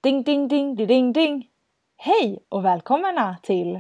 Ding, ding, ding, ding, ding, ding. Hej och välkomna till.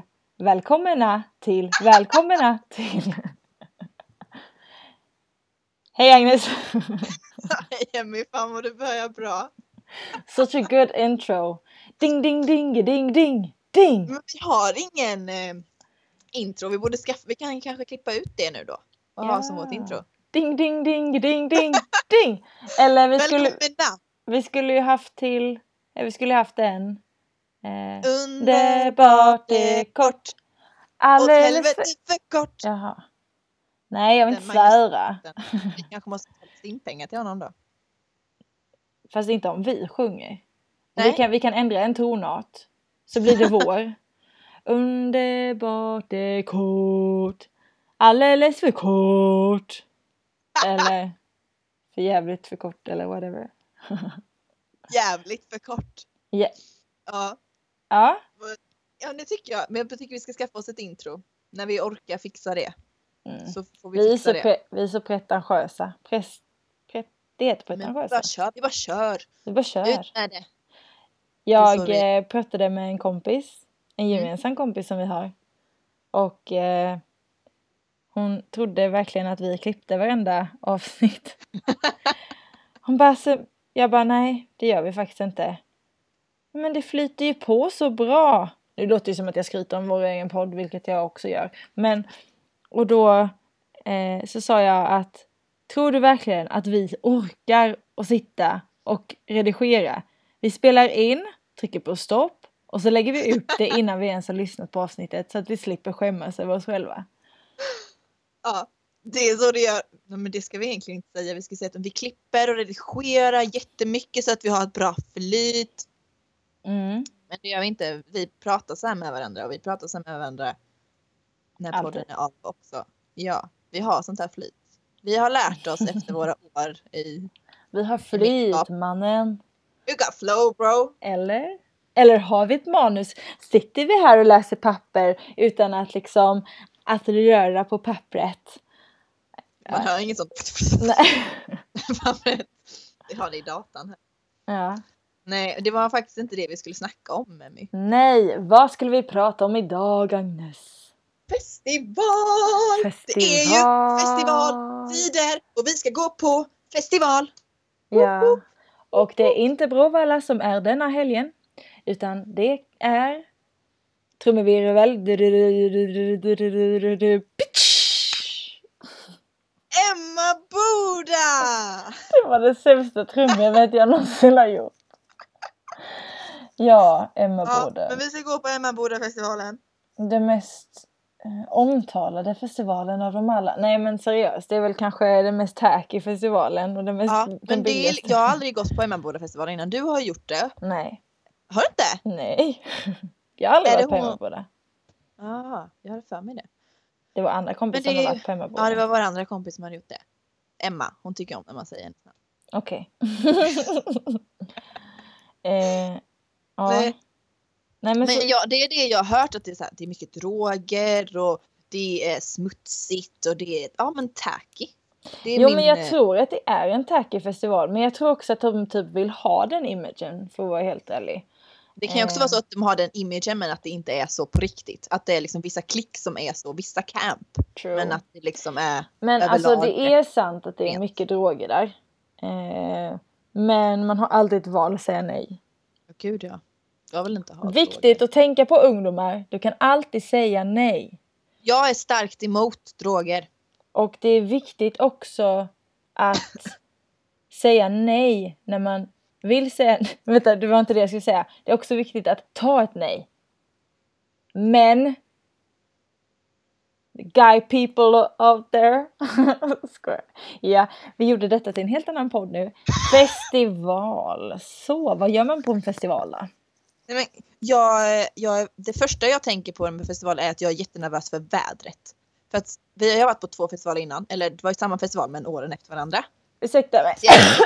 Hej Agnes. Hej Emmy, fan vad du börjar bra. Such a good intro. Ding, ding, ding, ding, ding, ding. Men vi har ingen intro, vi kan kanske klippa ut det nu då. Och ha som vårt intro. Ding, ding, ding, ding, ding, ding. Eller vi skulle ju haft en. Underbart är kort. Och helvete för kort. Jaha. Nej, jag vill inte svära. Vi kanske måste ta in pengar till honom då. Fast inte om vi sjunger. Nej. Vi kan ändra en tonart. Så blir det vår. Underbart är kort. Alldeles för kort. Eller för jävligt för kort. Eller whatever. Jävligt för kort. Yeah. Ja. Ja. Ja, det tycker jag. Men jag tycker vi ska skaffa oss ett intro. När vi orkar fixa det. Så får vi fixa det. Vi är så pretentiösa. Det heter pretentiösa. Vi bara kör. Ut med det. Jag pratade med en kompis. En gemensam kompis som vi har. Och hon trodde verkligen att vi klippte varenda avsnitt. Jag bara nej, det gör vi faktiskt inte. Men det flyter ju på så bra. Det låter ju som att jag skryter om vår egen podd, vilket jag också gör. Och då så sa jag att tror du verkligen att vi orkar att sitta och redigera? Vi spelar in, trycker på stopp och så lägger vi upp det innan vi ens har lyssnat på avsnittet så att vi slipper skämmas över oss själva. Ja, det är så det gör. Men det ska vi egentligen inte säga. Vi ska säga att vi klipper och redigerar jättemycket så att vi har ett bra flyt. Men det gör vi inte. Vi pratar så här med varandra och vi pratar så här med varandra när podden är av också. Ja, vi har sånt här flyt. Vi har lärt oss efter våra år i... Vi har flyt, mannen. You got flow, bro. Eller har vi ett manus? Sitter vi här och läser papper utan att liksom att röra på pappret? Man hör inget sånt. Nej. Vi har det i datan här. Ja. Nej, det var faktiskt inte det vi skulle snacka om, Emmy. Nej, vad skulle vi prata om idag, Agnes? Festival! Det är ju festivaltider och vi ska gå på festival. Ja, och det är inte Bråvalla som är denna helgen, utan det är trumvirvel. Emmaboda! Det var det sämsta trumvirvelet jag någonsin har gjort. Ja, Emmaboda. Ja, men vi ska gå på Emmaboda-festivalen. Det mest omtalade festivalen av dem alla. Nej, men seriöst, det är väl kanske den mest tacky festivalen och den mest men jag har aldrig gått på Emmaboda-festivalen innan. Du har gjort det. Nej. Har du inte? Nej. Jag har aldrig varit på Emmaboda. Ja, jag hade för mig det. Det var andra kompisar som har varit på Emmaboda. Ja, det var vår andra kompis som hade gjort det. Emma, hon tycker om när man säger hennes namn. Okej. Ja. Nej, men det är det jag har hört, att det är, så här, det är mycket droger och det är smutsigt och det är tacky. Men jag tror att det är en tacky festival, men jag tror också att de typ vill ha den imagen, för att vara helt ärlig. Det kan ju också vara så att de har den imagen men att det inte är så på riktigt. Att det är liksom vissa klick som är så, vissa camp. True. Men att det liksom är men överlag. Alltså det är sant att det är mycket droger där. Men man har alltid ett val att säga nej. Gud ja. Jag vill inte ha viktigt droger. Att tänka på ungdomar. Du kan alltid säga nej. Jag är starkt emot droger. Och det är viktigt också att säga nej när man vill säga... Vänta, det var inte det jag skulle säga. Det är också viktigt att ta ett nej. Men... Guy people out there. Ja, vi gjorde detta till en helt annan podd nu. Festival. Så, vad gör man på en festival då? Nej, men det första jag tänker på en festival är att jag är jättenervös för vädret. För att vi har varit på 2 festivaler innan. Eller det var ju samma festival men åren efter varandra. Ursäkta mig.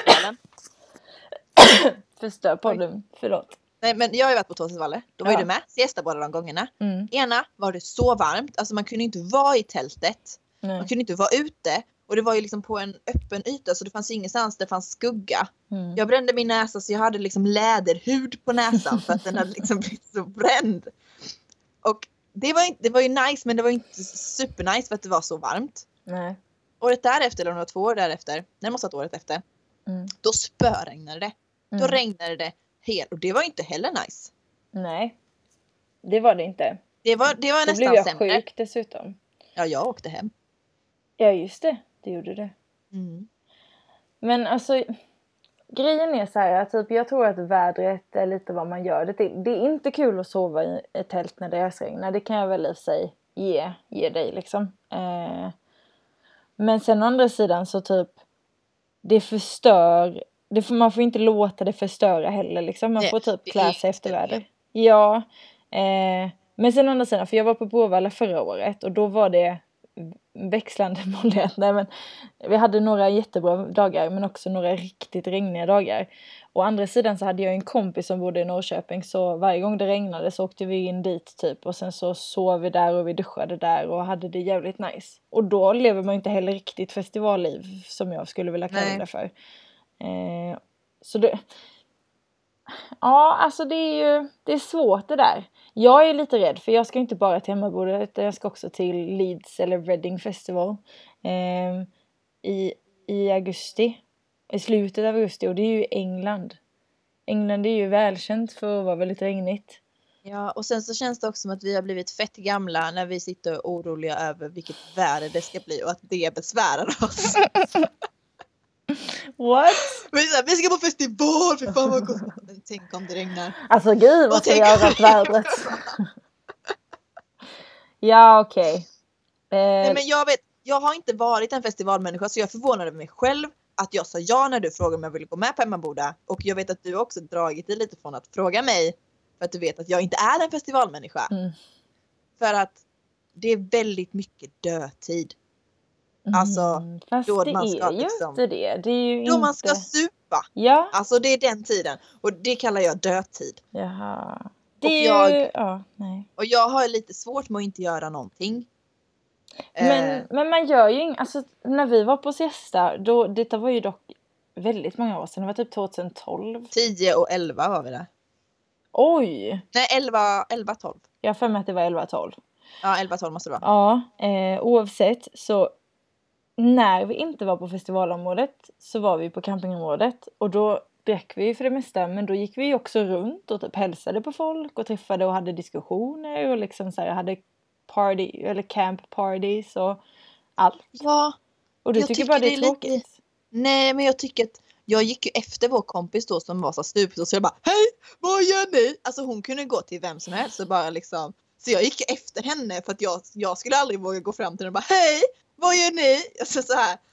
Förstör podden, förlåt. Nej, men jag har ju varit på 2 festivaler. Då var ju du med. Siesta båda de gångerna. Ena var det så varmt. Alltså man kunde inte vara i tältet. Nej. Man kunde inte vara ute. Och det var ju liksom på en öppen yta så det fanns ingenstans det fanns skugga. Jag brände min näsa så jag hade liksom läderhud på näsan för att den hade liksom blivit så bränd. Och det var ju nice men det var inte supernice för att det var så varmt. Nej. Året därefter, eller 2 år därefter, det måste ha varit året efter, då spöregnade det. Då regnade det helt och det var inte heller nice. Nej, det var det inte. Det var nästan blev jag sämre. sjuk dessutom. Ja, jag åkte hem. Ja, just det. Det gjorde det. Men alltså, grejen är så här, typ, jag tror att vädret är lite vad man gör det till. Det är inte kul att sova i ett tält när det ösregnar. Det kan jag väl i sig ge dig liksom. Men sen å andra sidan så typ, det förstör. Man får inte låta det förstöra heller liksom. Man får typ klä sig efter väder. Ja. Men sen å andra sidan, för jag var på Bråvalla förra året och då var det växlande målighet. Nej, men vi hade några jättebra dagar men också några riktigt regniga dagar. Å andra sidan så hade jag en kompis som bodde i Norrköping så varje gång det regnade så åkte vi in dit typ och sen så sov vi där och vi duschade där och hade det jävligt nice. Och då lever man inte heller riktigt festivalliv som jag skulle vilja kalla det för. Så det... Ja, alltså det är svårt det där. Jag är lite rädd för jag ska inte bara till Emmaboda utan jag ska också till Leeds eller Reading Festival i augusti. I slutet av augusti och det är ju England. England är ju välkänt för att vara väldigt regnigt. Ja, och sen så känns det också som att vi har blivit fett gamla när vi sitter oroliga över vilket väder det ska bli och att det besvärar oss. What? Vi ska på festival, för fan vad gott. Tänk om det regnar. Alltså gud vad ska jag göra åt vädret? Ja, okej. Nej, men jag har inte varit en festivalmänniska så jag förvånade mig själv att jag sa ja när du frågade om jag ville gå med på Emmaboda. Och jag vet att du också dragit dig lite från att fråga mig för att du vet att jag inte är en festivalmänniska. För att det är väldigt mycket dödtid. Alltså, fast då det man ska är ju liksom, inte det. Det är ju då inte... man ska supa. Ja. Alltså det är den tiden. Och det kallar jag dödtid. Jaha. Och jag har lite svårt med att inte göra någonting. Men man gör ju inget. Alltså när vi var på siesta, detta var ju dock väldigt många år sedan. Det var typ 2012. 10 och 11 var vi där. Oj! Nej, 11, 12. Jag har för mig att det var 11-12. Ja, 11-12 måste det vara. Ja, oavsett så när vi inte var på festivalområdet så var vi på campingområdet och då drack vi för det mesta men då gick vi också runt och typ hälsade på folk och träffade och hade diskussioner och liksom så här hade party eller camp parties och allt. Ja. Och du tycker bara det är tråkigt? Lite... Nej, men jag tycker att jag gick ju efter vår kompis då som var så stup så jag bara hej, vad gör ni? Alltså hon kunde gå till vem som helst och bara liksom så jag gick efter henne för att jag skulle aldrig våga gå fram till henne och bara hej, vad gör ni? Alltså så här.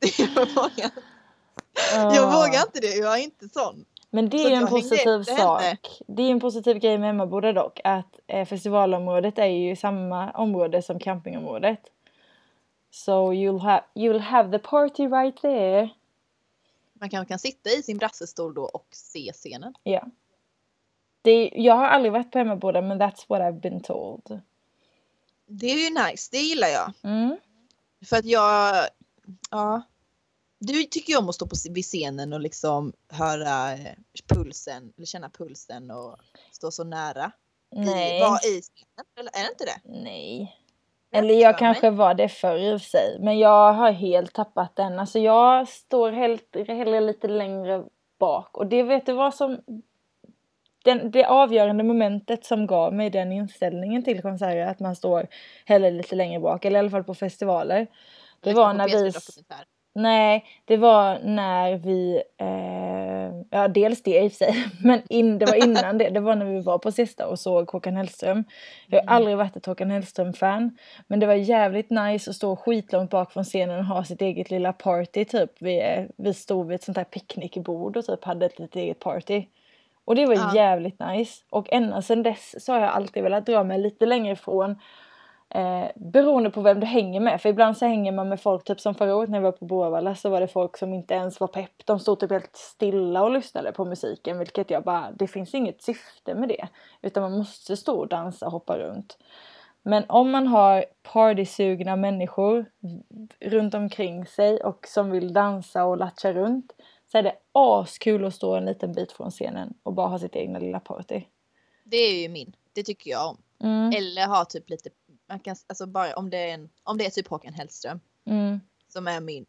Jag vågar inte det, jag är inte sån. Men det är ju en positiv sak. Det är en positiv grej med Emmaboda dock. Att festivalområdet är ju samma område som campingområdet. So you'll have the party right there. Man kan sitta i sin brassestol då och se scenen. Ja. Jag har aldrig varit på Emmaboda men that's what I've been told. Det är ju nice, det gillar jag. För att du tycker ju om att stå vid scenen och liksom höra pulsen, eller känna pulsen och stå så nära. Nej. Var i scenen, eller är det inte det? Nej. Eller jag kanske var det förr i sig, men jag har helt tappat den. Alltså jag står hellre lite längre bak och det vet du vad som... Det avgörande momentet som gav mig den inställningen till konserter att man står hellre lite längre bak, eller i alla fall på festivaler. Det var när vi... Nej, det var när vi... dels det i sig, men det var innan det. Det var när vi var på sista och såg Håkan Hellström. Jag har aldrig varit ett Håkan Hellström-fan. Men det var jävligt nice att stå skitlångt bak från scenen och ha sitt eget lilla party typ. Vi stod vid ett sånt här picknickbord och typ hade ett litet eget party. Och det var jävligt nice. Och ända sedan dess så har jag alltid velat dra mig lite längre ifrån. Beroende på vem du hänger med. För ibland så hänger man med folk typ som förra året när vi var på Bråvalla så var det folk som inte ens var pepp. De stod typ helt stilla och lyssnade på musiken. Vilket det finns inget syfte med det. Utan man måste stå och dansa och hoppa runt. Men om man har partysugna människor runt omkring sig och som vill dansa och latcha runt, så är det askul att stå en liten bit från scenen och bara ha sitt egna lilla party. Det är ju min. Det tycker jag om. Eller ha typ lite, man kan, alltså bara om det är typ Håkan Hellström som är min.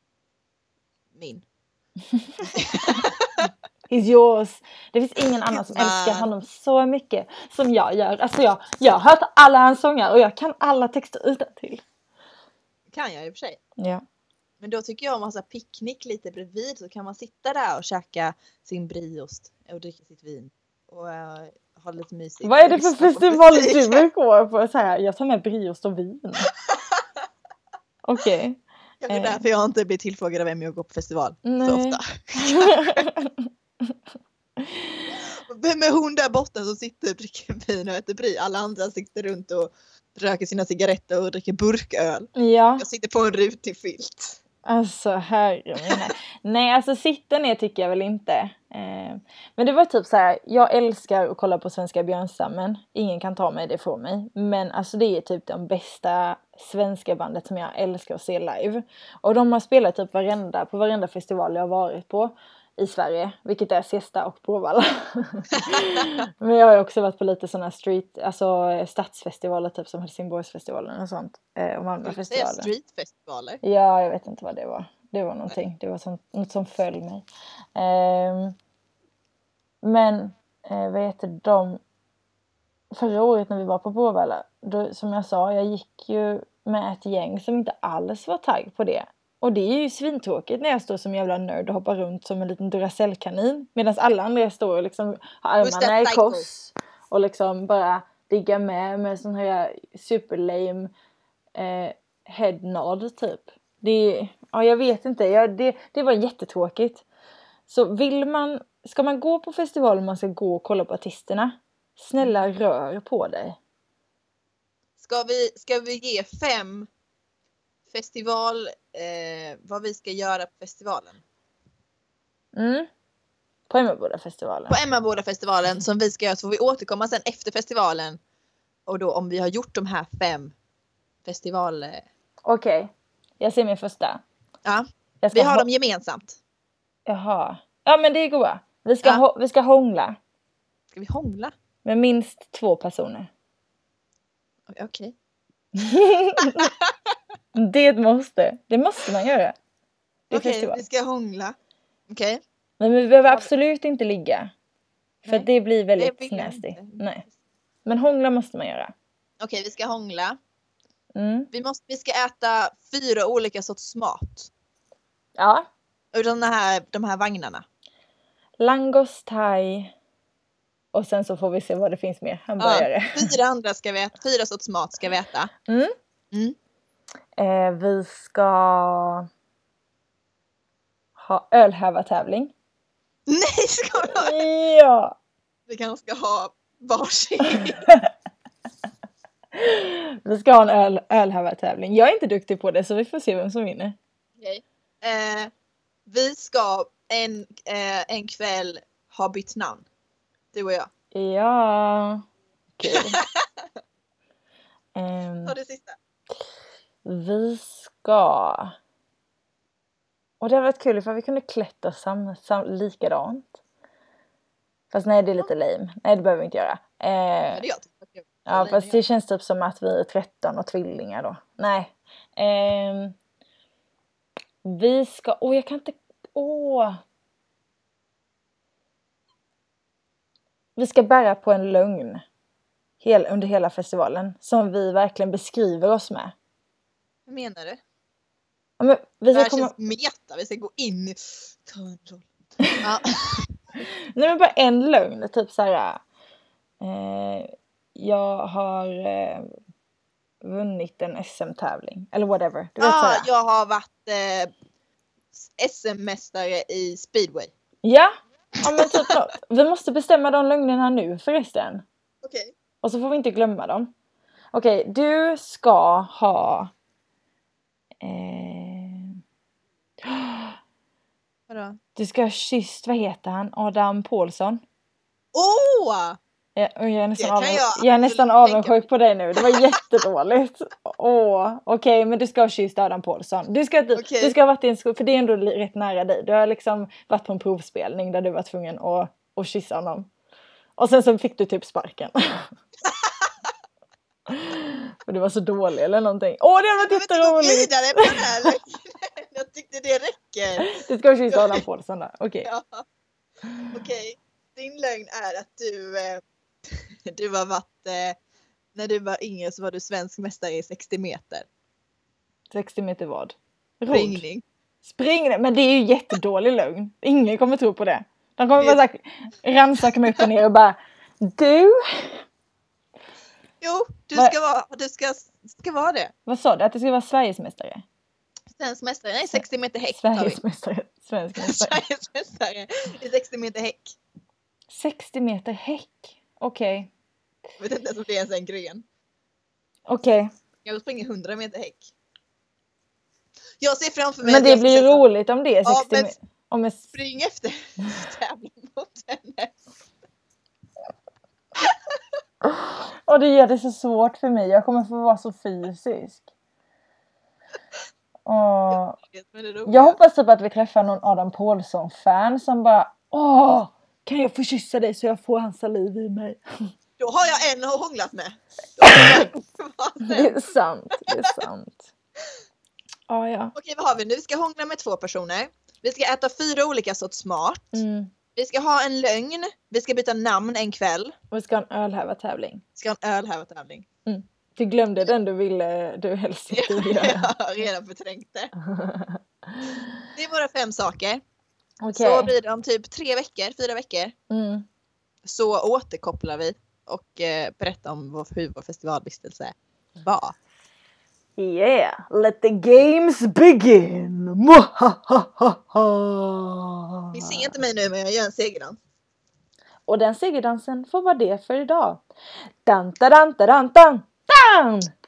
Is yours. Det finns ingen annan som älskar honom så mycket som jag gör. Alltså jag har hört alla hans sånger och jag kan alla texter utantill. Kan jag i och för sig. Ja. Men då tycker jag om att ha picknick lite bredvid, så kan man sitta där och käka sin brieost och dricka sitt vin och ha lite mysigt. Vad är det för festival du vill gå på? Så här, jag tar med brieost och vin. Okej. Okay. Det är därför jag inte blir tillfrågad av vem jag går på festival så ofta. Vem är hon där borta som sitter och dricker vin och äter brie? Alla andra sitter runt och röker sina cigaretter och dricker burköl. Ja. Jag sitter på en rutig filt. Alltså herre. Nej, alltså sitta ner tycker jag väl inte. Men det var typ så här, jag älskar att kolla på Svenska Björnstammen. Ingen kan ta mig det från mig. Men alltså det är typ de bästa svenska bandet som jag älskar att se live. Och de har spelat typ på varenda festival jag har varit på i Sverige, vilket är Siesta och Bråvalla. Men jag har också varit på lite sådana stadsfestivaler typ som Helsingborgsfestivalen och sånt. Och Malmöfestivalen. Streetfestivaler? Ja, jag vet inte vad det var. Det var någonting. Det var något som föll mig. Men vad heter de? Förra året när vi var på Bråvalla, då, som jag sa, jag gick ju med ett gäng som inte alls var tagg på det. Och det är ju svintråkigt när jag står som jävla nörd och hoppar runt som en liten Duracell-kanin. Medan alla andra står och liksom har armarna i kors. Och liksom bara diggar med sån här super lame head nod typ. Jag vet inte. Det var jättetråkigt. Så ska man gå på festival och man ska gå och kolla på artisterna, snälla rör på dig. Ska vi ge 5 festival, vad vi ska göra på festivalen? På Emmabodafestivalen. På Emmabodafestivalen som vi ska göra, så får vi återkomma sen efter festivalen. Och då om vi har gjort de här 5 festival... Okej, jag ser min första. Ja, vi har dem gemensamt. Jaha. Ja, men det är goda. Vi ska hångla. Ska vi hångla? Med minst 2 personer. Okej. Det måste man göra. Okej, vi ska hångla. Okej. Men vi behöver absolut inte ligga. För det blir väldigt nasty. Nej. Men hångla måste man göra. Okej, vi ska hångla. Vi ska äta 4 olika sorts mat. Ja. Utan de här vagnarna. Langos, thai. Och sen så får vi se vad det finns mer. Hamburgare. 4 andra ska vi äta. 4 sorts mat ska vi äta. Vi ska ha ölhävartävling. Nej, ska vi ha? Ja. Vi kanske ska ha varsin. Vi ska ha en ölhävartävling. Jag är inte duktig på det, så vi får se vem som vinner. Okej. Vi ska en kväll ha bytt namn. Du och jag. Ja. Okej. Ta det sista. Vi ska... Och det har varit kul för vi kunde klättra likadant. Fast nej, det är lite lame. Nej, det behöver vi inte göra. Ja, fast det känns typ som att vi är 13 och tvillingar då. Nej. Vi ska... jag kan inte... Vi ska bära på en lögn. Under hela festivalen. Som vi verkligen beskriver oss med. Vad menar du? Ja, men vi ska känns meta. Vi ska gå in i... Ja. Nej, men bara en lögn. Typ så här... jag har vunnit en SM-tävling. Eller whatever. Du vet jag har varit SM-mästare i speedway. Ja. Ja, men typ något. Vi måste bestämma de lögnerna nu förresten. Okej. Och så får vi inte glömma dem. Okej, du ska ha... Vadå? Du ska ha kysst, vad heter han? Adam Pålsson. Jag är nästan, Det kan jag är nästan tänka avundsjuk på dig nu. Det var jättedåligt. Okej, men du ska ha kysst Adam Pålsson. Du ska ha varit i en skola, för det är ändå rätt nära dig. Du har liksom varit på en provspelning där du var tvungen att kyssa honom. Och sen så fick du typ sparken. För du var så dålig eller någonting. Det hade varit jätteroligt. Vidare på den här. Jag tyckte det räcker. Du ska ha kysst Adam Pålsson där. Okej. Ja. Okej. Din lögn är att du har varit, när du var yngre så var du svensk mästare i 60 meter. 60 meter vad? Springning. Men det är ju jättedålig lögn. Ingen kommer tro på det. De kommer bara rannsaka mig upp och ner och bara, du? Jo, du ska vara det. Vad sa du? Att det ska vara Sverigesmästare? Svensk mästare, nej 60 meter häck. Sverigesmästare. Sverigesmästare i 60 meter häck. 60 meter häck? Okej. Jag vet inte ens om det är ens en gren. Okej. Jag springer 100 meter häck. Jag ser framför mig. Men det blir ju roligt om det är 60 meter. meter. Om jag spring efter tävling mot henne. Och det gör det så svårt för mig. Jag kommer få vara så fysisk. Jag hoppas typ att vi träffar någon Adam Pålsson-fan som bara, kan jag få kyssa dig så jag får hans saliv i mig? Då har jag en hånglat med. Det är sant. Ja. Okej, vad har vi nu? Vi ska hångla med 2 personer. Vi ska äta 4 olika sorts mat. Vi ska ha en lögn. Vi ska byta namn en kväll. Och vi ska ha en ölhävartävling. Du glömde den du helst inte ville göra. Jag har redan förträngt det. Det är våra 5 saker. Okay. Så blir det om typ 4 veckor. Så återkopplar vi och berättar om hur vår festivalvistelse var. Yeah, let the games begin. Ni ser inte mig nu, men jag gör en segerdans. Och den segerdansen får vara det för idag. Dan, dan, dan, dan, dan.